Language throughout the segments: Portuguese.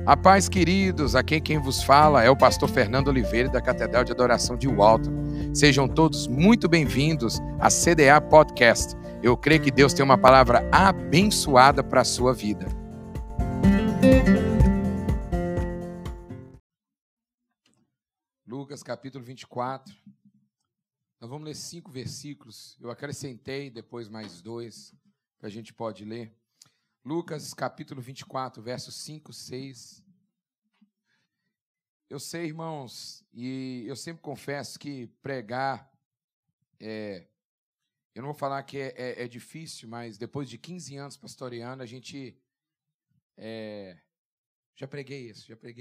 A paz, queridos, aqui quem vos fala é o pastor Fernando Oliveira da Catedral de Adoração de Walton. Sejam todos muito bem-vindos à CDA Podcast. Eu creio que Deus tem uma palavra abençoada para a sua vida. Lucas capítulo 24. Nós vamos ler 5 versículos. Eu acrescentei depois mais 2 que a gente pode ler. Lucas capítulo 24, versos 5, 6. Eu sei, irmãos, e eu sempre confesso que pregar, eu não vou falar que é difícil, mas depois de 15 anos pastoreando, a gente... Já preguei.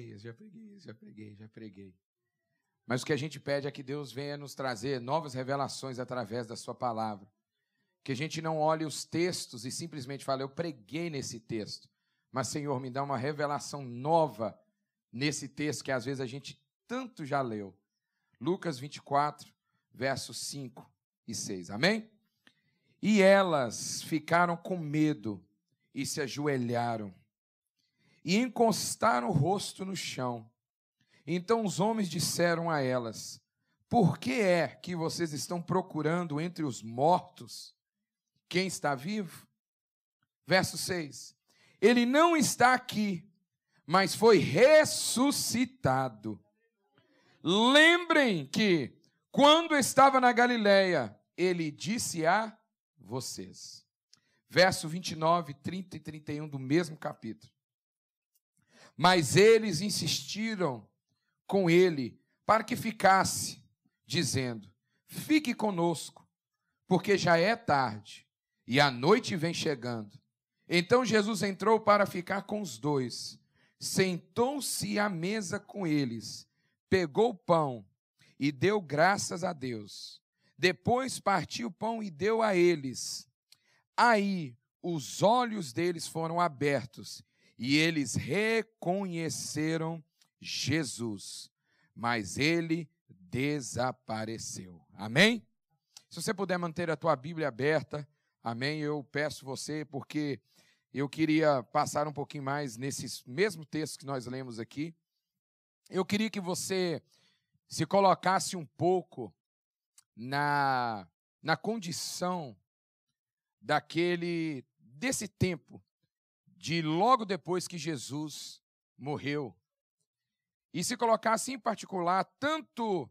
Mas o que a gente pede é que Deus venha nos trazer novas revelações através da sua palavra. Que a gente não olhe os textos e simplesmente fale, eu preguei nesse texto. Mas, Senhor, me dá uma revelação nova nesse texto que às vezes a gente tanto já leu. Lucas 24, versos 5 e 6. Amém? E elas ficaram com medo e se ajoelharam e encostaram o rosto no chão. Então os homens disseram a elas, por que é que vocês estão procurando entre os mortos quem está vivo? Verso 6. Ele não está aqui, mas foi ressuscitado. Lembrem que, quando estava na Galileia, ele disse a vocês. Verso 29, 30 e 31 do mesmo capítulo. Mas eles insistiram com ele para que ficasse, dizendo, fique conosco, porque já é tarde e a noite vem chegando. Então Jesus entrou para ficar com os dois, sentou-se à mesa com eles, pegou o pão e deu graças a Deus. Depois partiu o pão e deu a eles. Aí os olhos deles foram abertos e eles reconheceram Jesus, mas ele desapareceu. Amém? Se você puder manter a tua Bíblia aberta, amém, eu peço você, porque eu queria passar um pouquinho mais nesse mesmo texto que nós lemos aqui. Eu queria que você se colocasse um pouco na condição desse tempo, de logo depois que Jesus morreu. E se colocasse em particular, tanto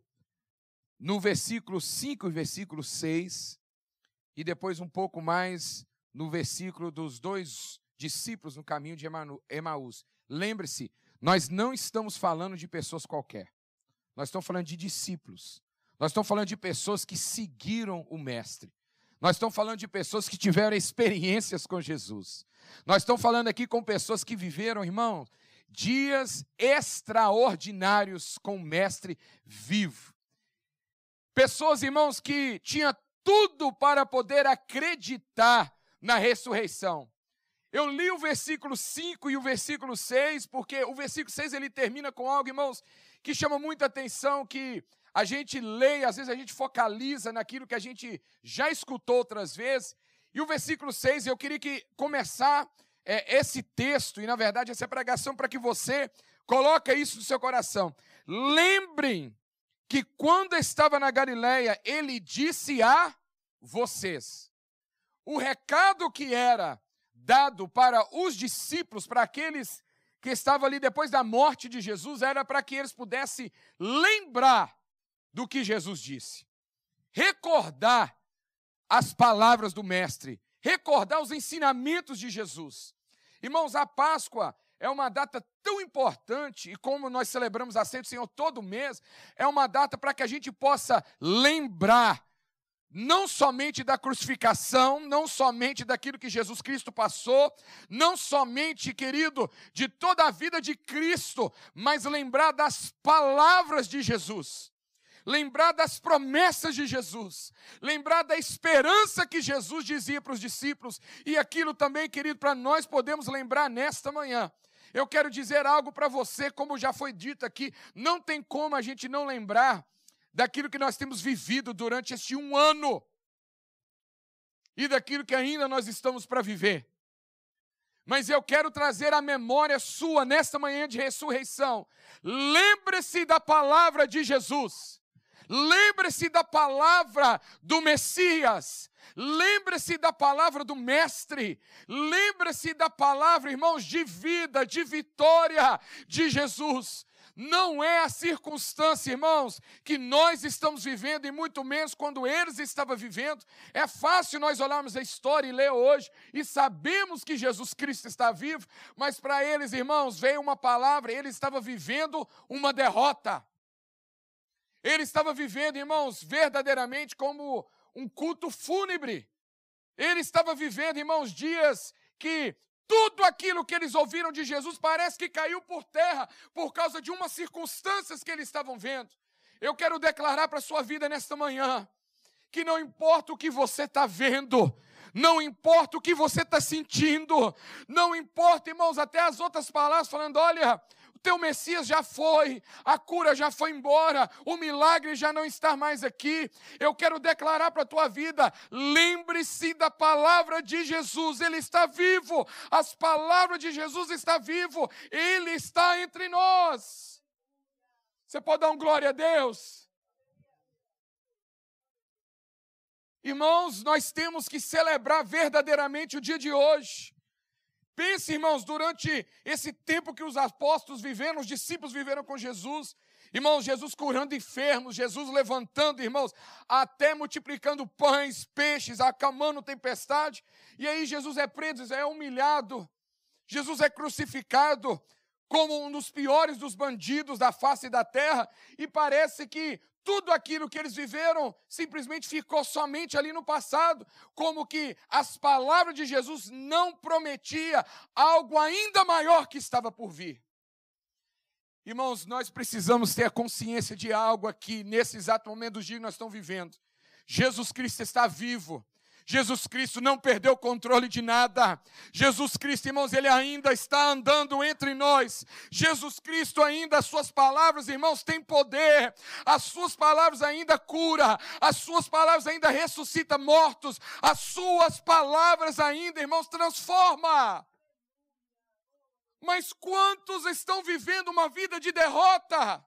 no versículo 5 e versículo 6, e depois um pouco mais no versículo dos 2 discípulos no caminho de Emaús. Lembre-se, nós não estamos falando de pessoas qualquer. Nós estamos falando de discípulos. Nós estamos falando de pessoas que seguiram o Mestre. Nós estamos falando de pessoas que tiveram experiências com Jesus. Nós estamos falando aqui com pessoas que viveram, irmão, dias extraordinários com o Mestre vivo. Pessoas, irmãos, que tinham tudo para poder acreditar na ressurreição. Eu li o versículo 5 e o versículo 6, porque o versículo 6 ele termina com algo, irmãos, que chama muita atenção, que a gente lê, às vezes a gente focaliza naquilo que a gente já escutou outras vezes. E o versículo 6, eu queria começar esse texto, e na verdade essa pregação, para que você coloque isso no seu coração. Lembrem que quando estava na Galileia, ele disse a vocês. O recado que era dado para os discípulos, para aqueles que estavam ali depois da morte de Jesus, era para que eles pudessem lembrar do que Jesus disse. Recordar as palavras do Mestre. Recordar os ensinamentos de Jesus. Irmãos, a Páscoa é uma data tão importante, e como nós celebramos a Ceia do Senhor todo mês, é uma data para que a gente possa lembrar, não somente da crucificação, não somente daquilo que Jesus Cristo passou, não somente, querido, de toda a vida de Cristo, mas lembrar das palavras de Jesus. Lembrar das promessas de Jesus, lembrar da esperança que Jesus dizia para os discípulos, e aquilo também, querido, para nós podemos lembrar nesta manhã. Eu quero dizer algo para você, como já foi dito aqui, não tem como a gente não lembrar daquilo que nós temos vivido durante este 1 ano, e daquilo que ainda nós estamos para viver. Mas eu quero trazer à memória sua, nesta manhã de ressurreição. Lembre-se da palavra de Jesus. Lembre-se da palavra do Messias. Lembre-se da palavra do Mestre. Lembre-se da palavra, irmãos, de vida, de vitória de Jesus. Não é a circunstância, irmãos, que nós estamos vivendo, e muito menos quando eles estavam vivendo. É fácil nós olharmos a história e ler hoje, e sabemos que Jesus Cristo está vivo, mas para eles, irmãos, veio uma palavra, ele estava vivendo uma derrota. Ele estava vivendo, irmãos, verdadeiramente como um culto fúnebre. Ele estava vivendo, irmãos, dias que tudo aquilo que eles ouviram de Jesus parece que caiu por terra por causa de umas circunstâncias que eles estavam vendo. Eu quero declarar para a sua vida nesta manhã que não importa o que você está vendo, não importa o que você está sentindo, não importa, irmãos, até as outras palavras falando, olha, o teu Messias já foi, a cura já foi embora, o milagre já não está mais aqui. Eu quero declarar para a tua vida, lembre-se da palavra de Jesus, ele está vivo, as palavras de Jesus estão vivo, ele está entre nós. Você pode dar um glória a Deus? Irmãos, nós temos que celebrar verdadeiramente o dia de hoje. Pense, irmãos, durante esse tempo que os apóstolos viveram, os discípulos viveram com Jesus. Irmãos, Jesus curando enfermos, Jesus levantando, irmãos, até multiplicando pães, peixes, acalmando tempestade. E aí Jesus é preso, é humilhado. Jesus é crucificado como um dos piores dos bandidos da face da terra. E parece que tudo aquilo que eles viveram simplesmente ficou somente ali no passado, como que as palavras de Jesus não prometiam algo ainda maior que estava por vir. Irmãos, nós precisamos ter a consciência de algo aqui, nesse exato momento do dia que nós estamos vivendo. Jesus Cristo está vivo. Jesus Cristo não perdeu o controle de nada. Jesus Cristo, irmãos, ele ainda está andando entre nós. Jesus Cristo ainda, as suas palavras, irmãos, têm poder. As suas palavras ainda curam. As suas palavras ainda ressuscitam mortos. As suas palavras ainda, irmãos, transformam. Mas quantos estão vivendo uma vida de derrota?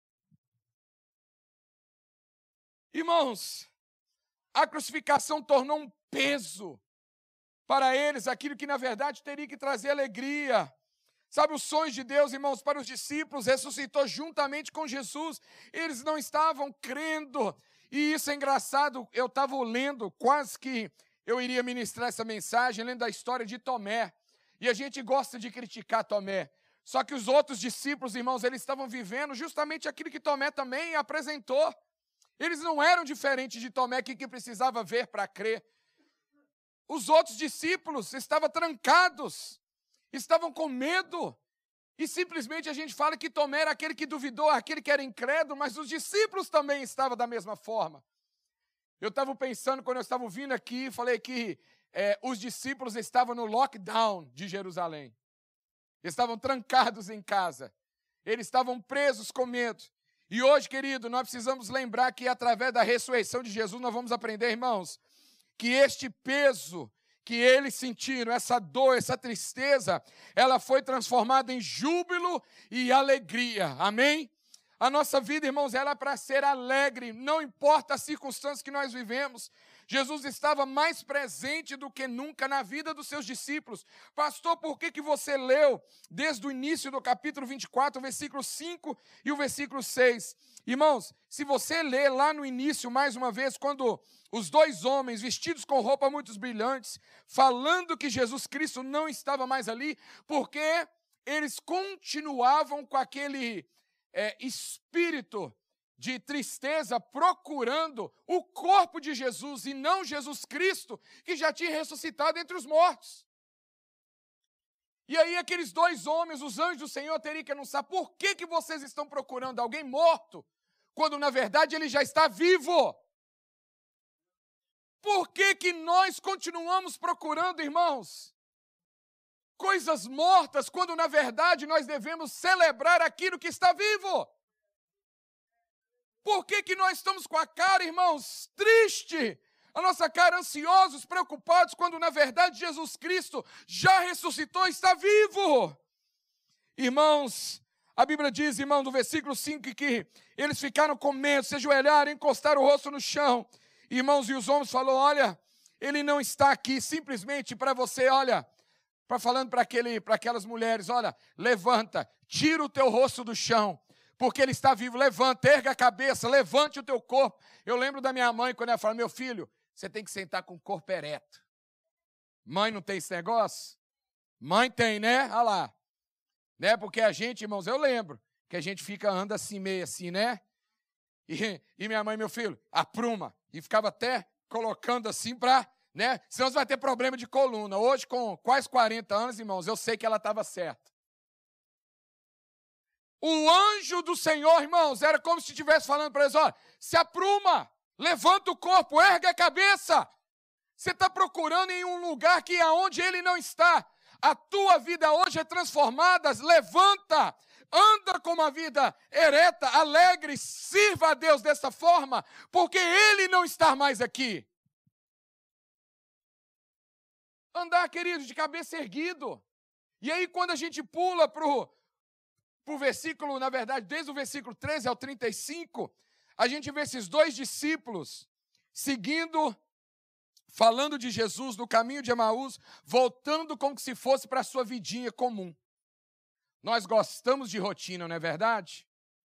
Irmãos, a crucificação tornou um peso para eles, aquilo que na verdade teria que trazer alegria. Sabe, os sonhos de Deus, irmãos, para os discípulos, ressuscitou juntamente com Jesus. Eles não estavam crendo. E isso é engraçado, eu estava lendo, quase que eu iria ministrar essa mensagem, lendo a história de Tomé. E a gente gosta de criticar Tomé. Só que os outros discípulos, irmãos, eles estavam vivendo justamente aquilo que Tomé também apresentou. Eles não eram diferentes de Tomé, que precisava ver para crer. Os outros discípulos estavam trancados, estavam com medo. E simplesmente a gente fala que Tomé era aquele que duvidou, aquele que era incrédulo, mas os discípulos também estavam da mesma forma. Eu estava pensando, quando eu estava vindo aqui, falei que os discípulos estavam no lockdown de Jerusalém. Estavam trancados em casa. Eles estavam presos com medo. E hoje, querido, nós precisamos lembrar que através da ressurreição de Jesus nós vamos aprender, irmãos, que este peso que eles sentiram, essa dor, essa tristeza, ela foi transformada em júbilo e alegria. Amém? A nossa vida, irmãos, ela é para ser alegre, não importa as circunstâncias que nós vivemos. Jesus estava mais presente do que nunca na vida dos seus discípulos. Pastor, por que você leu desde o início do capítulo 24, o versículo 5 e o versículo 6? Irmãos, se você ler lá no início, mais uma vez, quando os dois homens vestidos com roupas muito brilhantes, falando que Jesus Cristo não estava mais ali, porque eles continuavam com aquele espírito de tristeza, procurando o corpo de Jesus e não Jesus Cristo, que já tinha ressuscitado entre os mortos. E aí aqueles dois homens, os anjos do Senhor, teriam que anunciar: por que vocês estão procurando alguém morto, quando na verdade ele já está vivo? Por que nós continuamos procurando, irmãos, coisas mortas, quando na verdade nós devemos celebrar aquilo que está vivo? Por que nós estamos com a cara, irmãos, triste, a nossa cara ansiosos, preocupados, quando na verdade Jesus Cristo já ressuscitou e está vivo. Irmãos, a Bíblia diz, irmão, no versículo 5, que eles ficaram com medo, se ajoelharam, encostaram o rosto no chão. Irmãos, e os homens falaram, olha, ele não está aqui simplesmente para você, olha, falando para aquelas mulheres, olha, levanta, tira o teu rosto do chão, porque ele está vivo, levanta, erga a cabeça, levante o teu corpo. Eu lembro da minha mãe, quando ela fala, meu filho, você tem que sentar com o corpo ereto. Mãe não tem esse negócio? Mãe tem, né? Olha lá. Né? Porque a gente, irmãos, eu lembro que a gente anda assim, meio assim, né? E minha mãe, meu filho, apruma. E ficava até colocando assim para, né? Senão você vai ter problema de coluna. Hoje, com quase 40 anos, irmãos, eu sei que ela estava certa. O anjo do Senhor, irmãos, era como se estivesse falando para eles, olha, se apruma, levanta o corpo, ergue a cabeça. Você está procurando em um lugar que é onde ele não está. A tua vida hoje é transformada, levanta, anda com uma vida ereta, alegre, sirva a Deus dessa forma, porque ele não está mais aqui. Andar, querido, de cabeça erguido. E aí, quando a gente pula para o versículo, na verdade, desde o versículo 13 ao 35, a gente vê esses dois discípulos seguindo, falando de Jesus no caminho de Emaús, voltando como se fosse para a sua vidinha comum. Nós gostamos de rotina, não é verdade?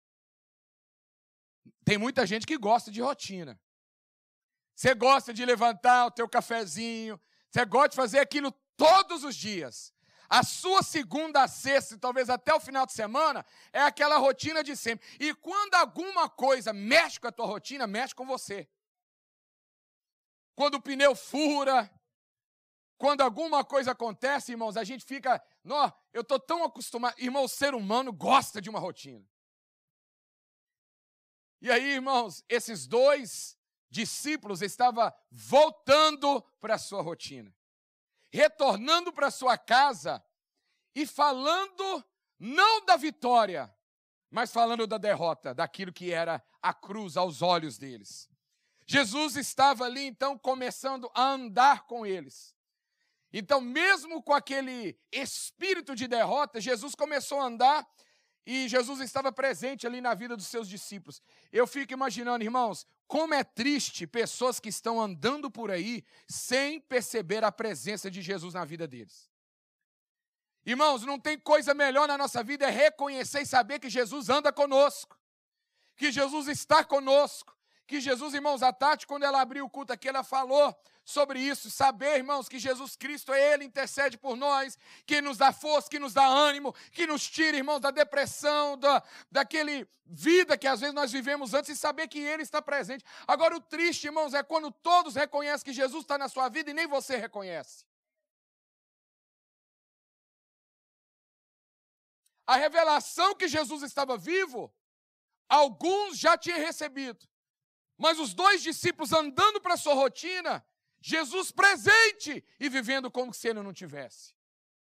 Tem muita gente que gosta de rotina. Você gosta de levantar o teu cafezinho, você gosta de fazer aquilo todos os dias. A sua segunda a sexta, talvez até o final de semana, é aquela rotina de sempre. E quando alguma coisa mexe com a tua rotina, mexe com você. Quando o pneu fura, quando alguma coisa acontece, irmãos, a gente fica, eu estou tão acostumado. Irmão, o ser humano gosta de uma rotina. E aí, irmãos, esses dois discípulos estavam voltando para a sua rotina, retornando para a sua casa e falando não da vitória, mas falando da derrota, daquilo que era a cruz aos olhos deles. Jesus estava ali, então, começando a andar com eles. Então, mesmo com aquele espírito de derrota, Jesus começou a andar e Jesus estava presente ali na vida dos seus discípulos. Eu fico imaginando, irmãos, como é triste pessoas que estão andando por aí sem perceber a presença de Jesus na vida deles. Irmãos, não tem coisa melhor na nossa vida é reconhecer e saber que Jesus anda conosco, que Jesus está conosco, que Jesus, irmãos, a Tati, quando ela abriu o culto aqui, ela falou sobre isso, saber, irmãos, que Jesus Cristo é Ele, intercede por nós, que nos dá força, que nos dá ânimo, que nos tira, irmãos, da depressão, daquele vida que às vezes nós vivemos antes e saber que Ele está presente. Agora, o triste, irmãos, é quando todos reconhecem que Jesus está na sua vida e nem você reconhece. A revelação que Jesus estava vivo, alguns já tinham recebido. Mas os dois discípulos andando para a sua rotina, Jesus presente e vivendo como se ele não tivesse.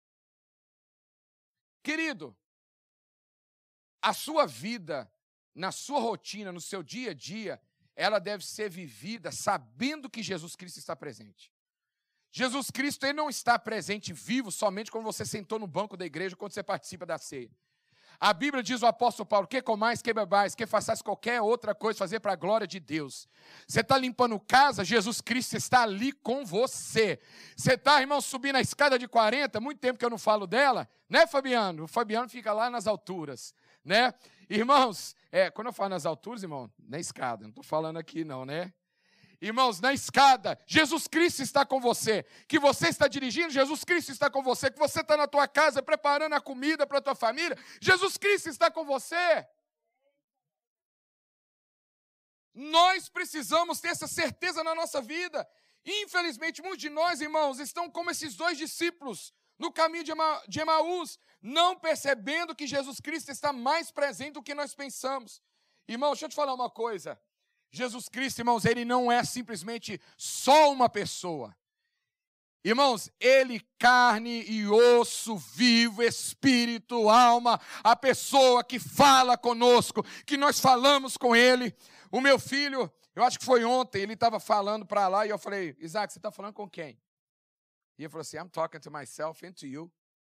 Querido, a sua vida, na sua rotina, no seu dia a dia, ela deve ser vivida sabendo que Jesus Cristo está presente. Jesus Cristo, ele não está presente vivo somente quando você sentou no banco da igreja, quando você participa da ceia. A Bíblia diz o apóstolo Paulo, que comais, que bebais, que façais qualquer outra coisa, fazer para a glória de Deus. Você está limpando casa, Jesus Cristo está ali com você. Você está, irmão, subindo a escada de 40, muito tempo que eu não falo dela, né, Fabiano? O Fabiano fica lá nas alturas, né? Irmãos, quando eu falo nas alturas, irmão, na escada, não estou falando aqui não, né? Irmãos, na escada, Jesus Cristo está com você. Que você está dirigindo, Jesus Cristo está com você. Que você está na tua casa preparando a comida para a tua família, Jesus Cristo está com você. Nós precisamos ter essa certeza na nossa vida. Infelizmente, muitos de nós, irmãos, estão como esses dois discípulos no caminho de Emaús, não percebendo que Jesus Cristo está mais presente do que nós pensamos. Irmão, deixa eu te falar uma coisa. Jesus Cristo, irmãos, ele não é simplesmente só uma pessoa. Irmãos, ele carne e osso, vivo, espírito, alma, a pessoa que fala conosco, que nós falamos com ele. O meu filho, Eu acho que foi ontem, ele estava falando para lá e eu falei, Isaac, você está falando com quem? E ele falou assim, I'm talking to myself and to you.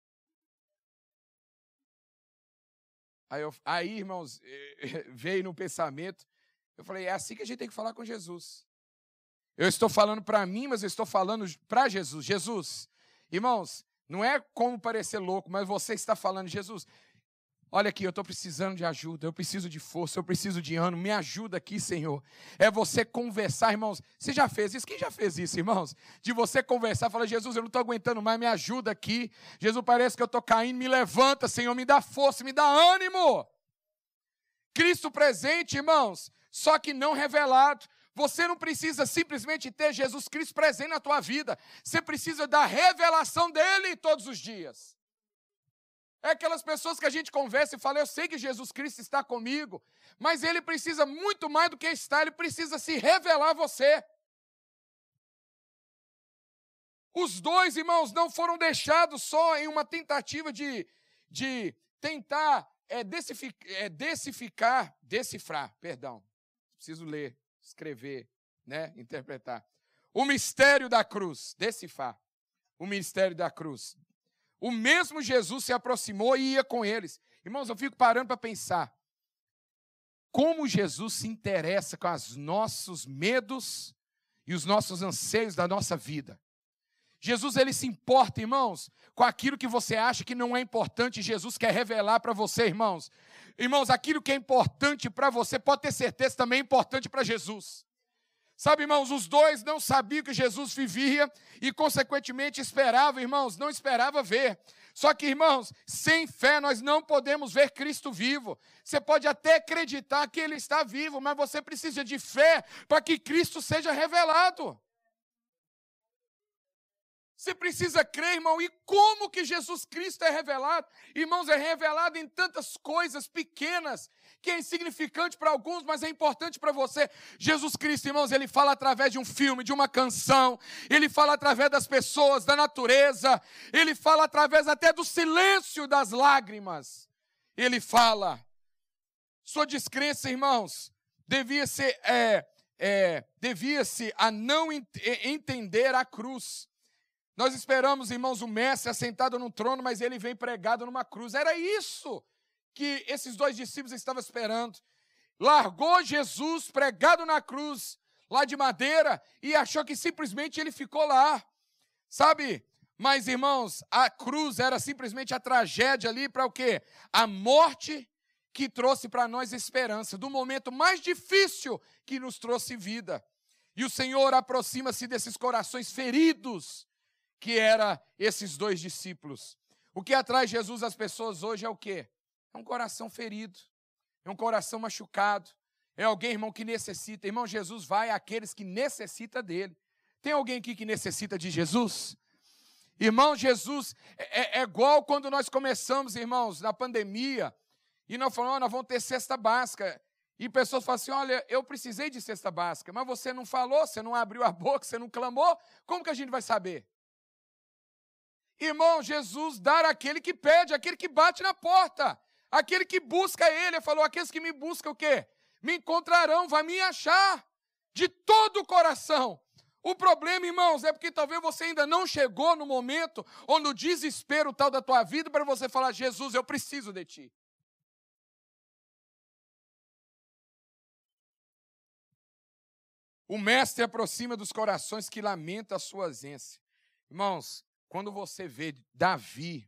Aí, irmãos, veio no pensamento, eu falei, é assim que a gente tem que falar com Jesus. Eu estou falando para mim, mas eu estou falando para Jesus. Jesus, irmãos, não é como parecer louco, mas você está falando, Jesus, olha aqui, eu estou precisando de ajuda, eu preciso de força, eu preciso de ânimo, me ajuda aqui, Senhor. É você conversar, irmãos. Você já fez isso? Quem já fez isso, irmãos? De você conversar, falar, Jesus, eu não estou aguentando mais, me ajuda aqui. Jesus, parece que eu estou caindo, me levanta, Senhor, me dá força, me dá ânimo. Cristo presente, irmãos, só que não revelado. Você não precisa simplesmente ter Jesus Cristo presente na tua vida. Você precisa da revelação dele todos os dias. É aquelas pessoas que a gente conversa e fala, eu sei que Jesus Cristo está comigo, mas ele precisa muito mais do que estar, ele precisa se revelar a você. Os dois, irmãos, não foram deixados só em uma tentativa de tentar decifrar, preciso ler, escrever, né, interpretar. O mistério da cruz, decifrar, o mistério da cruz. O mesmo Jesus se aproximou e ia com eles. Irmãos, eu fico parando para pensar. Como Jesus se interessa com os nossos medos e os nossos anseios da nossa vida. Jesus, ele se importa, irmãos, com aquilo que você acha que não é importante. Jesus quer revelar para você, irmãos. Irmãos, aquilo que é importante para você, pode ter certeza, também é importante para Jesus. Sabe, irmãos, os dois não sabiam que Jesus vivia e, consequentemente, esperavam, irmãos, não esperava ver. Só que, irmãos, sem fé nós não podemos ver Cristo vivo. Você pode até acreditar que Ele está vivo, mas você precisa de fé para que Cristo seja revelado. Você precisa crer, irmão, e como que Jesus Cristo é revelado? Irmãos, é revelado em tantas coisas pequenas, que é insignificante para alguns, mas é importante para você. Jesus Cristo, irmãos, ele fala através de um filme, de uma canção, ele fala através das pessoas, da natureza, ele fala através até do silêncio das lágrimas. Ele fala. Sua descrença, irmãos, devia-se a não entender a cruz. Nós esperamos, irmãos, o mestre assentado num trono, mas ele vem pregado numa cruz. Era isso que esses dois discípulos estavam esperando. Largou Jesus pregado na cruz, lá de madeira, e achou que simplesmente ele ficou lá. Sabe? Mas, irmãos, a cruz era simplesmente a tragédia ali para o quê? A morte que trouxe para nós esperança, do momento mais difícil que nos trouxe vida. E o Senhor aproxima-se desses corações feridos, que eram esses dois discípulos. O que atrai Jesus às pessoas hoje é o quê? É um coração ferido, é um coração machucado, é alguém, irmão, que necessita. Irmão, Jesus vai àqueles que necessitam dele. Tem alguém aqui que necessita de Jesus? Irmão, Jesus é igual quando nós começamos, irmãos, na pandemia, e nós falamos, nós vamos ter cesta básica. E pessoas falam assim, olha, eu precisei de cesta básica, mas você não falou, você não abriu a boca, você não clamou, como que a gente vai saber? Irmão, Jesus dá àquele que pede, aquele que bate na porta, aquele que busca ele. Ele falou, aqueles que me buscam o quê? Me encontrarão, vai me achar de todo o coração. O problema, irmãos, é porque talvez você ainda não chegou no momento ou no desespero tal da tua vida para você falar, Jesus, eu preciso de ti. O mestre aproxima dos corações que lamentam a sua ausência. Irmãos, quando você vê Davi,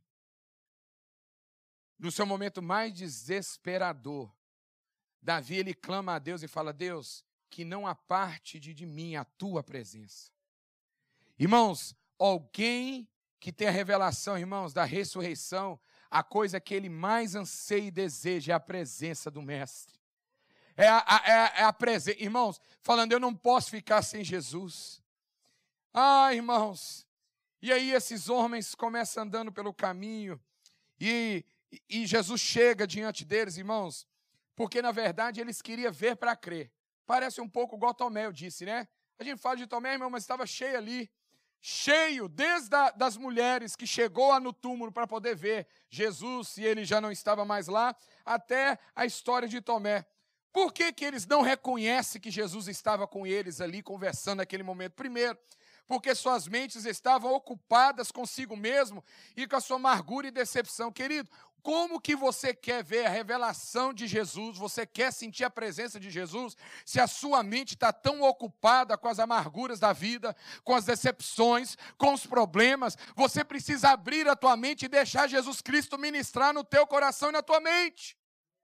no seu momento mais desesperador, Davi, ele clama a Deus e fala, Deus, que não aparte de mim a tua presença. Irmãos, alguém que tem a revelação, irmãos, da ressurreição, a coisa que ele mais anseia e deseja é a presença do Mestre. É a presença. Irmãos, falando, eu não posso ficar sem Jesus. Irmãos, e aí esses homens começam andando pelo caminho e Jesus chega diante deles, irmãos, porque na verdade eles queriam ver para crer. Parece um pouco igual Tomé, eu disse, né? A gente fala de Tomé, irmão, mas estava cheio ali. Cheio, desde das mulheres que chegou no túmulo para poder ver Jesus, e ele já não estava mais lá, até a história de Tomé. Por que que eles não reconhecem que Jesus estava com eles ali, conversando naquele momento? Primeiro, porque suas mentes estavam ocupadas consigo mesmo e com a sua amargura e decepção. Querido, como que você quer ver a revelação de Jesus, você quer sentir a presença de Jesus, se a sua mente está tão ocupada com as amarguras da vida, com as decepções, com os problemas? Você precisa abrir a tua mente e deixar Jesus Cristo ministrar no teu coração e na tua mente.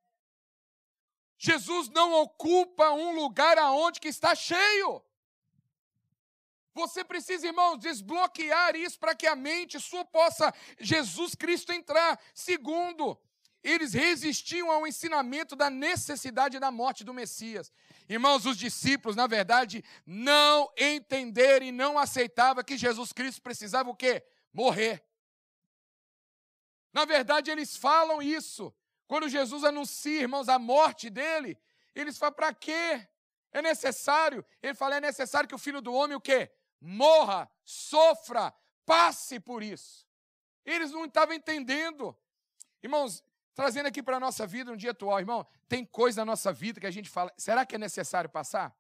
Jesus não ocupa um lugar aonde que está cheio. Você precisa, irmãos, desbloquear isso para que a mente sua possa Jesus Cristo entrar. Segundo, eles resistiam ao ensinamento da necessidade da morte do Messias. Irmãos, os discípulos, na verdade, não entenderam e não aceitavam que Jesus Cristo precisava o quê? Morrer. Na verdade, eles falam isso. Quando Jesus anuncia, irmãos, a morte dele, eles falam, para quê? É necessário. Ele fala, é necessário que o Filho do Homem o quê? Morra, sofra, passe por isso. Eles não estavam entendendo. Irmãos, trazendo aqui para a nossa vida no dia atual, irmão, tem coisa na nossa vida que a gente fala, será que é necessário passar?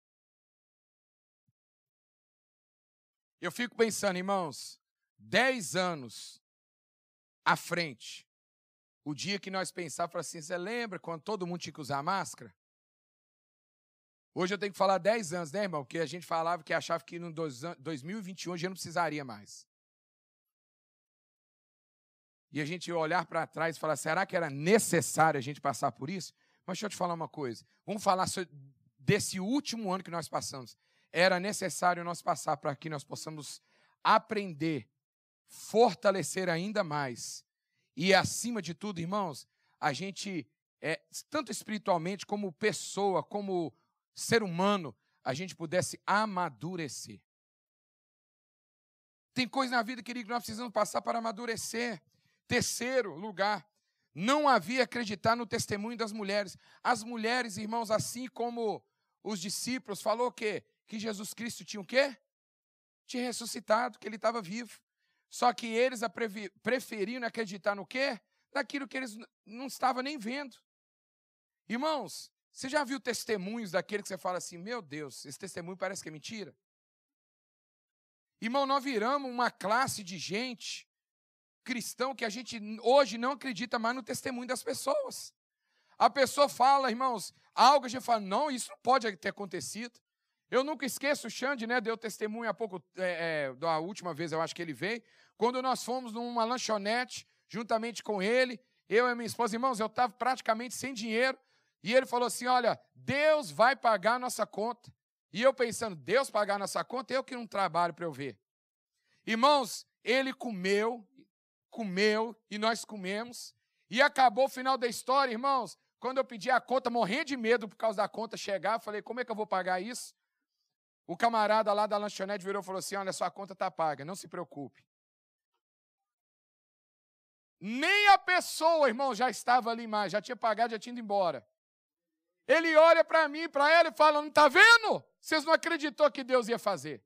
Eu fico pensando, irmãos, 10 anos à frente, o dia que nós pensávamos assim, você lembra quando todo mundo tinha que usar máscara? Hoje eu tenho que falar 10 anos, né, irmão? Porque a gente falava que achava que no 2021 já não precisaria mais. E a gente ia olhar para trás e falar, será que era necessário a gente passar por isso? Mas deixa eu te falar uma coisa. Vamos falar desse último ano que nós passamos. Era necessário nós passar para que nós possamos aprender, fortalecer ainda mais. E, acima de tudo, irmãos, a gente, tanto espiritualmente como pessoa, como ser humano, a gente pudesse amadurecer. Tem coisa na vida, querido, que nós precisamos passar para amadurecer. Terceiro lugar, não havia acreditar no testemunho das mulheres. As mulheres, irmãos, assim como os discípulos, falou o quê? Que Jesus Cristo tinha o quê? Tinha ressuscitado, que ele estava vivo. Só que eles preferiram acreditar no quê? Naquilo que eles não estavam nem vendo. Irmãos, você já viu testemunhos daquele que você fala assim, meu Deus, esse testemunho parece que é mentira? Irmão, nós viramos uma classe de gente cristão que a gente hoje não acredita mais no testemunho das pessoas. A pessoa fala, irmãos, algo, a gente fala, não, isso não pode ter acontecido. Eu nunca esqueço, o Xande, né, deu testemunho há pouco, da última vez, eu acho que ele veio, quando nós fomos numa lanchonete, juntamente com ele, eu e minha esposa, irmãos, eu estava praticamente sem dinheiro, e ele falou assim, olha, Deus vai pagar a nossa conta. E eu pensando, Deus pagar a nossa conta? Eu que não trabalho para eu ver. Irmãos, ele comeu, e nós comemos, e acabou o final da história, irmãos, quando eu pedi a conta, morrendo de medo por causa da conta chegar, eu falei, como é que eu vou pagar isso? O camarada lá da lanchonete virou e falou assim, olha, sua conta está paga, não se preocupe. Nem a pessoa, irmão, já estava ali mais, já tinha pagado, já tinha ido embora. Ele olha para mim, para ela e fala, não está vendo? Vocês não acreditou que Deus ia fazer.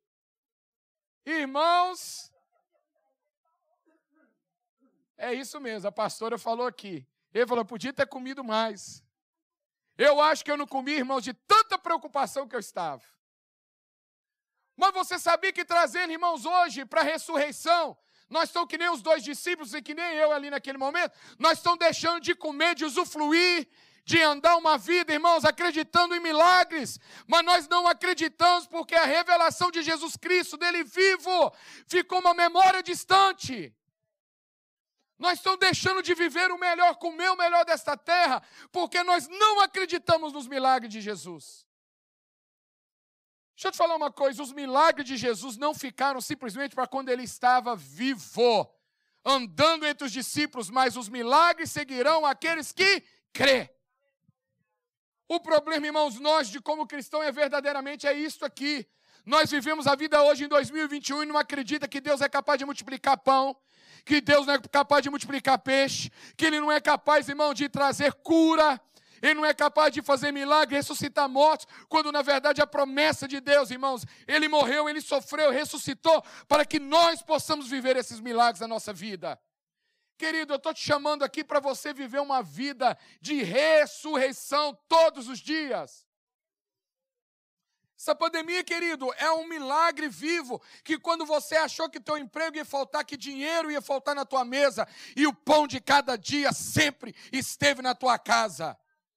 Irmãos, é isso mesmo, a pastora falou aqui. Ele falou, podia ter comido mais. Eu acho que eu não comi, irmãos, de tanta preocupação que eu estava. Mas você sabia que trazendo, irmãos, hoje para a ressurreição, nós estamos que nem os 2 discípulos e que nem eu ali naquele momento, nós estamos deixando de comer, de usufruir, de andar uma vida, irmãos, acreditando em milagres, mas nós não acreditamos porque a revelação de Jesus Cristo, dele vivo, ficou uma memória distante. Nós estamos deixando de viver o melhor, comer o melhor desta terra, porque nós não acreditamos nos milagres de Jesus. Deixa eu te falar uma coisa, os milagres de Jesus não ficaram simplesmente para quando ele estava vivo, andando entre os discípulos, mas os milagres seguirão aqueles que crê. O problema, irmãos, nós de como cristão verdadeiramente é isto aqui. Nós vivemos a vida hoje em 2021 e não acredita que Deus é capaz de multiplicar pão, que Deus não é capaz de multiplicar peixe, que Ele não é capaz, irmão, de trazer cura, Ele não é capaz de fazer milagre, ressuscitar mortos, quando na verdade a promessa de Deus, irmãos, Ele morreu, Ele sofreu, ressuscitou, para que nós possamos viver esses milagres na nossa vida. Querido, eu estou te chamando aqui para você viver uma vida de ressurreição todos os dias. Essa pandemia, querido, é um milagre vivo, que quando você achou que teu emprego ia faltar, que dinheiro ia faltar na tua mesa, e o pão de cada dia sempre esteve na tua casa.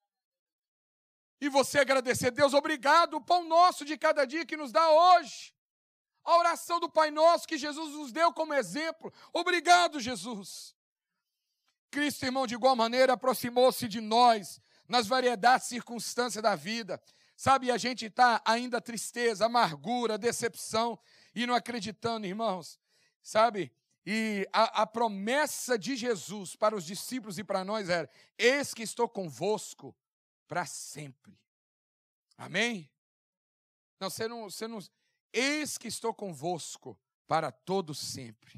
E você agradecer, Deus, obrigado, o pão nosso de cada dia que nos dá hoje. A oração do Pai Nosso que Jesus nos deu como exemplo. Obrigado, Jesus. Cristo, irmão, de igual maneira, aproximou-se de nós nas variedades circunstâncias da vida. Sabe, a gente está ainda tristeza, amargura, decepção e não acreditando, irmãos. Sabe, e a promessa de Jesus para os discípulos e para nós era: eis que estou convosco para sempre. Amém? Não, você não. Eis que estou convosco para todo sempre.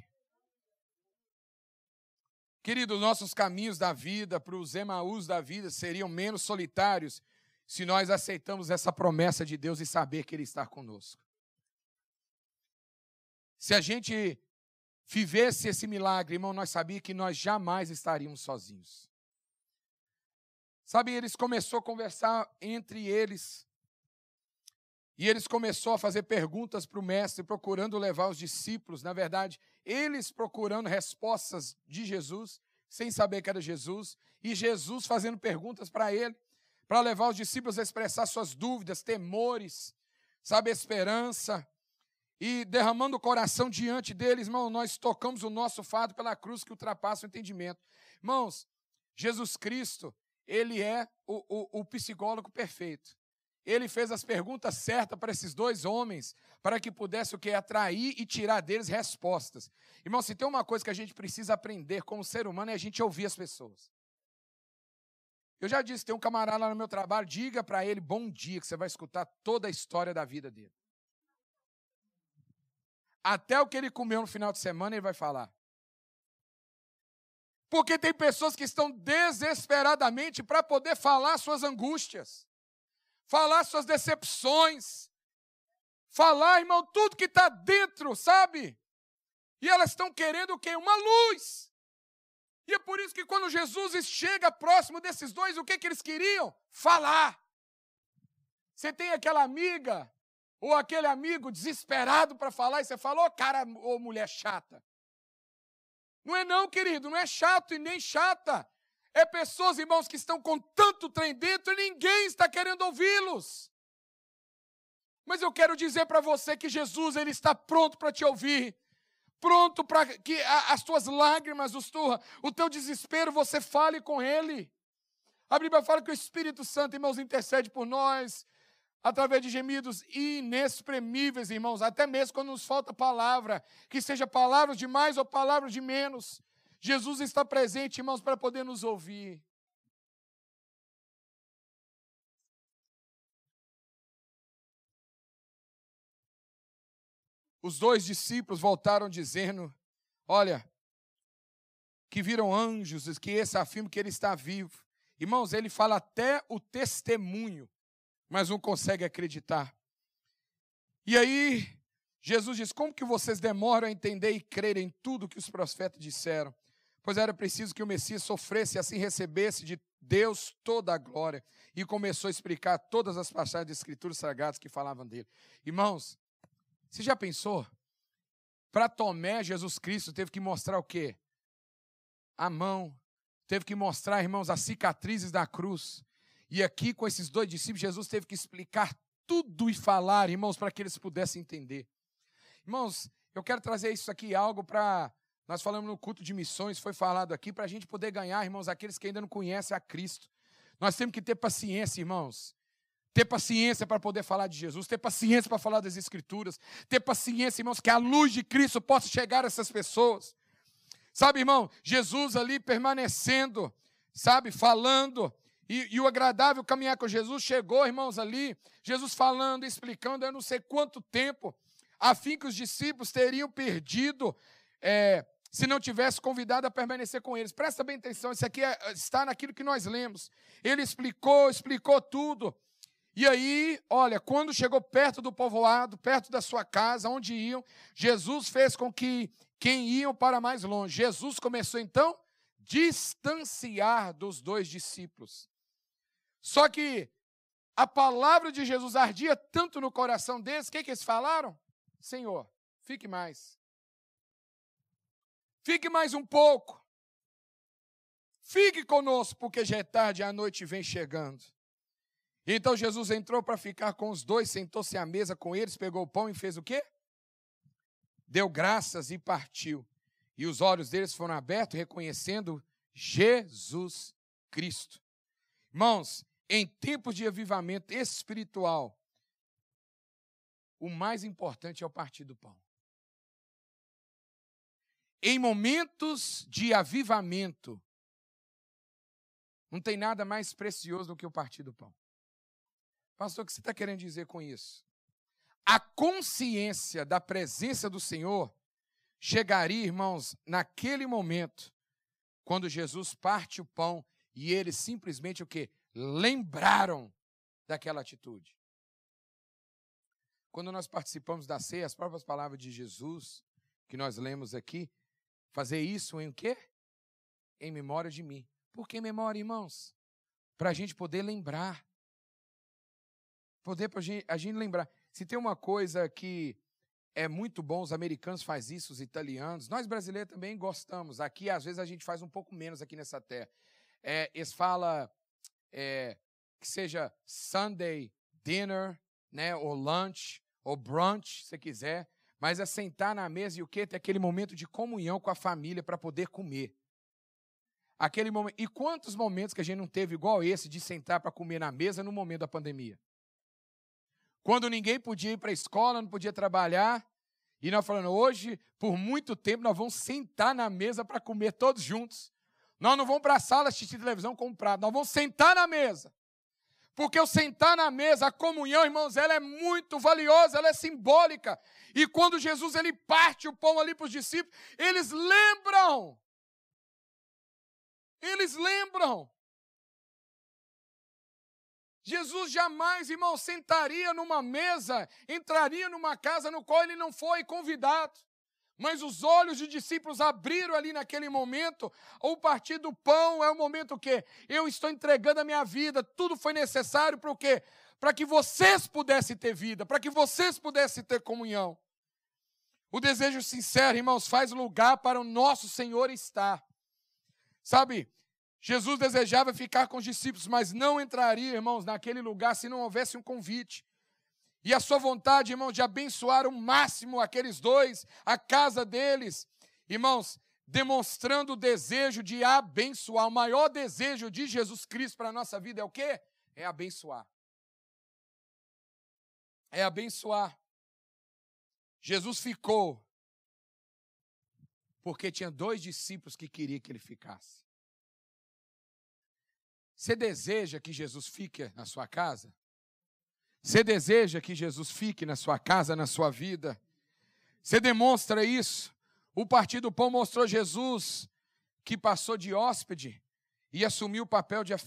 Querido, nossos caminhos da vida, para os Emaús da vida, seriam menos solitários se nós aceitamos essa promessa de Deus e saber que Ele está conosco. Se a gente vivesse esse milagre, irmão, nós sabíamos que nós jamais estaríamos sozinhos. Sabe, eles começaram a conversar entre eles. E eles começaram a fazer perguntas para o mestre, procurando levar os discípulos. Na verdade, eles procurando respostas de Jesus, sem saber que era Jesus. E Jesus fazendo perguntas para ele, para levar os discípulos a expressar suas dúvidas, temores, sabe, esperança. E derramando o coração diante deles, irmão, nós tocamos o nosso fardo pela cruz que ultrapassa o entendimento. Irmãos, Jesus Cristo, Ele é o psicólogo perfeito. Ele fez as perguntas certas para esses dois homens, para que pudesse o quê? Atrair e tirar deles respostas. Irmão, se tem uma coisa que a gente precisa aprender como ser humano, é a gente ouvir as pessoas. Eu já disse, tem um camarada lá no meu trabalho, diga para ele bom dia, que você vai escutar toda a história da vida dele. Até o que ele comeu no final de semana, ele vai falar. Porque tem pessoas que estão desesperadamente para poder falar suas angústias, falar suas decepções, falar, irmão, tudo que está dentro, sabe? E elas estão querendo o quê? Uma luz. E é por isso que quando Jesus chega próximo desses dois, o que eles queriam? Falar. Você tem aquela amiga ou aquele amigo desesperado para falar e você fala, ô cara ou mulher chata. Não é não, querido, não é chato e nem chata. É pessoas, irmãos, que estão com tanto trem dentro e ninguém está querendo ouvi-los. Mas eu quero dizer para você que Jesus, Ele está pronto para te ouvir. Pronto para que as tuas lágrimas, o teu desespero, você fale com Ele. A Bíblia fala que o Espírito Santo, irmãos, intercede por nós, através de gemidos inexprimíveis, irmãos, até mesmo quando nos falta palavra, que seja palavras de mais ou palavras de menos. Jesus está presente, irmãos, para poder nos ouvir. Os dois discípulos voltaram dizendo, olha, que viram anjos, que esse afirma que ele está vivo. Irmãos, ele fala até o testemunho, mas não consegue acreditar. E aí, Jesus diz, como que vocês demoram a entender e crer em tudo que os profetas disseram? Pois era preciso que o Messias sofresse e assim recebesse de Deus toda a glória. E começou a explicar todas as passagens das Escrituras Sagradas que falavam dele. Irmãos, você já pensou? Para Tomé, Jesus Cristo teve que mostrar o quê? A mão. Teve que mostrar, irmãos, as cicatrizes da cruz. E aqui, com esses dois discípulos, Jesus teve que explicar tudo e falar, irmãos, para que eles pudessem entender. Irmãos, eu quero trazer isso aqui, algo para... Nós falamos no culto de missões, foi falado aqui, para a gente poder ganhar, irmãos, aqueles que ainda não conhecem a Cristo. Nós temos que ter paciência, irmãos. Ter paciência para poder falar de Jesus, ter paciência para falar das Escrituras, ter paciência, irmãos, que a luz de Cristo possa chegar a essas pessoas. Sabe, irmão, Jesus ali permanecendo, sabe, falando, e o agradável caminhar com Jesus chegou, irmãos, ali, Jesus falando, explicando, eu não sei quanto tempo, a fim que os discípulos teriam perdido, se não tivesse convidado a permanecer com eles. Presta bem atenção, isso aqui está naquilo que nós lemos. Ele explicou tudo. E aí, olha, quando chegou perto do povoado, perto da sua casa, onde iam, Jesus fez com que quem iam para mais longe. Jesus começou então distanciar dos dois discípulos. Só que a palavra de Jesus ardia tanto no coração deles, o que eles falaram? Senhor, fique mais. Fique mais um pouco. Fique conosco, porque já é tarde e a noite vem chegando. Então Jesus entrou para ficar com os dois, sentou-se à mesa com eles, pegou o pão e fez o quê? Deu graças e partiu. E os olhos deles foram abertos, reconhecendo Jesus Cristo. Irmãos, em tempos de avivamento espiritual, o mais importante é o partir do pão. Em momentos de avivamento, não tem nada mais precioso do que o partir do pão. Pastor, o que você está querendo dizer com isso? A consciência da presença do Senhor chegaria, irmãos, naquele momento, quando Jesus parte o pão e eles simplesmente o quê? Lembraram daquela atitude. Quando nós participamos da ceia, as próprias palavras de Jesus, que nós lemos aqui, fazer isso em o quê? Em memória de mim. Por que memória, irmãos? Para a gente poder lembrar. Poder para a gente lembrar. Se tem uma coisa que é muito bom, os americanos fazem isso, os italianos, nós brasileiros também gostamos. Aqui, às vezes, a gente faz um pouco menos aqui nessa terra. Eles falam que seja Sunday dinner, né, ou lunch, ou brunch, se quiser, mas é sentar na mesa e o quê? Ter aquele momento de comunhão com a família para poder comer. Aquele momento. E quantos momentos que a gente não teve igual esse de sentar para comer na mesa no momento da pandemia? Quando ninguém podia ir para a escola, não podia trabalhar, e nós falando, hoje, por muito tempo, nós vamos sentar na mesa para comer todos juntos. Nós não vamos para a sala assistir televisão com um prato, nós vamos sentar na mesa. Porque o sentar na mesa, a comunhão, irmãos, ela é muito valiosa, ela é simbólica. E quando Jesus ele parte o pão ali para os discípulos, eles lembram. Eles lembram. Jesus jamais, irmão, sentaria numa mesa, entraria numa casa no qual ele não foi convidado. Mas os olhos de discípulos abriram ali naquele momento. O partir do pão é o momento que eu estou entregando a minha vida. Tudo foi necessário para o quê? Para que vocês pudessem ter vida, para que vocês pudessem ter comunhão. O desejo sincero, irmãos, faz lugar para o nosso Senhor estar. Sabe, Jesus desejava ficar com os discípulos, mas não entraria, irmãos, naquele lugar se não houvesse um convite. E a sua vontade, irmãos, de abençoar o máximo aqueles dois, a casa deles. Irmãos, demonstrando o desejo de abençoar. O maior desejo de Jesus Cristo para a nossa vida é o quê? É abençoar. É abençoar. Jesus ficou porque tinha dois discípulos que queriam que ele ficasse. Você deseja que Jesus fique na sua casa? Você deseja que Jesus fique na sua casa, na sua vida? Você demonstra isso? O partir do pão mostrou Jesus que passou de hóspede e assumiu o papel de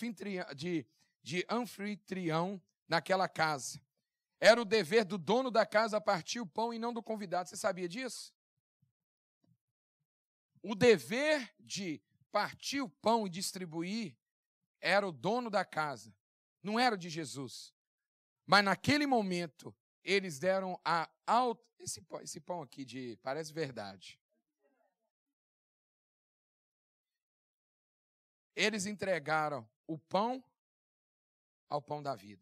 anfitrião naquela casa. Era o dever do dono da casa partir o pão e não do convidado. Você sabia disso? O dever de partir o pão e distribuir era o dono da casa, não era o de Jesus. Mas naquele momento, eles deram esse pão aqui, parece verdade. Eles entregaram o pão ao pão da vida.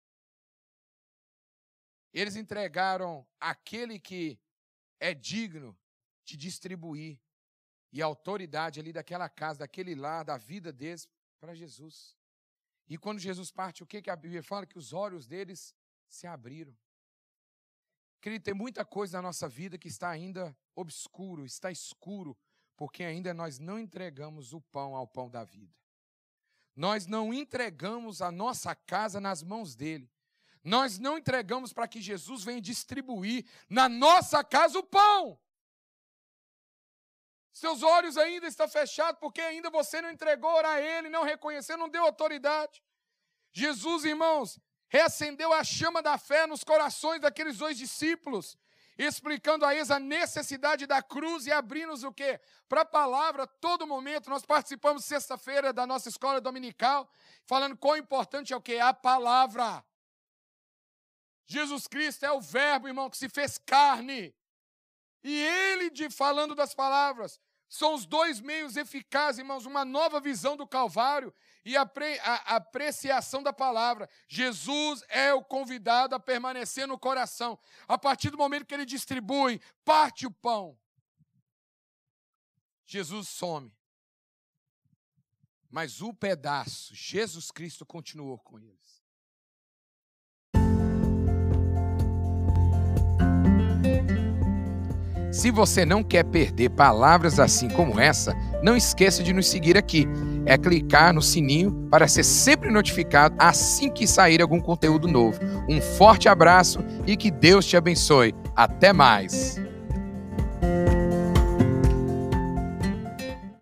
Eles entregaram aquele que é digno de distribuir e a autoridade ali daquela casa, daquele lar, da vida deles, para Jesus. E quando Jesus parte, o que a Bíblia fala? Que os olhos deles se abriram. Querido, tem muita coisa na nossa vida que está ainda obscuro, está escuro, porque ainda nós não entregamos o pão ao pão da vida. Nós não entregamos a nossa casa nas mãos dele. Nós não entregamos para que Jesus venha distribuir na nossa casa o pão. Seus olhos ainda estão fechados porque ainda você não entregou a ele, não reconheceu, não deu autoridade. Jesus, irmãos, reacendeu a chama da fé nos corações daqueles dois discípulos. explicando a eles a necessidade da cruz e abrindo-nos o quê? Para a palavra, todo momento. Nós participamos sexta-feira da nossa escola dominical, falando quão importante é o quê? A palavra. Jesus Cristo é o verbo, irmão, que se fez carne. E ele, falando das palavras, são os dois meios eficazes, irmãos, uma nova visão do Calvário e a apreciação da palavra. Jesus é o convidado a permanecer no coração. A partir do momento que ele distribui, parte o pão, Jesus some. Mas o pedaço, Jesus Cristo continuou com eles. Se você não quer perder palavras assim como essa, não esqueça de nos seguir aqui. É clicar no sininho para ser sempre notificado assim que sair algum conteúdo novo. Um forte abraço e que Deus te abençoe. Até mais!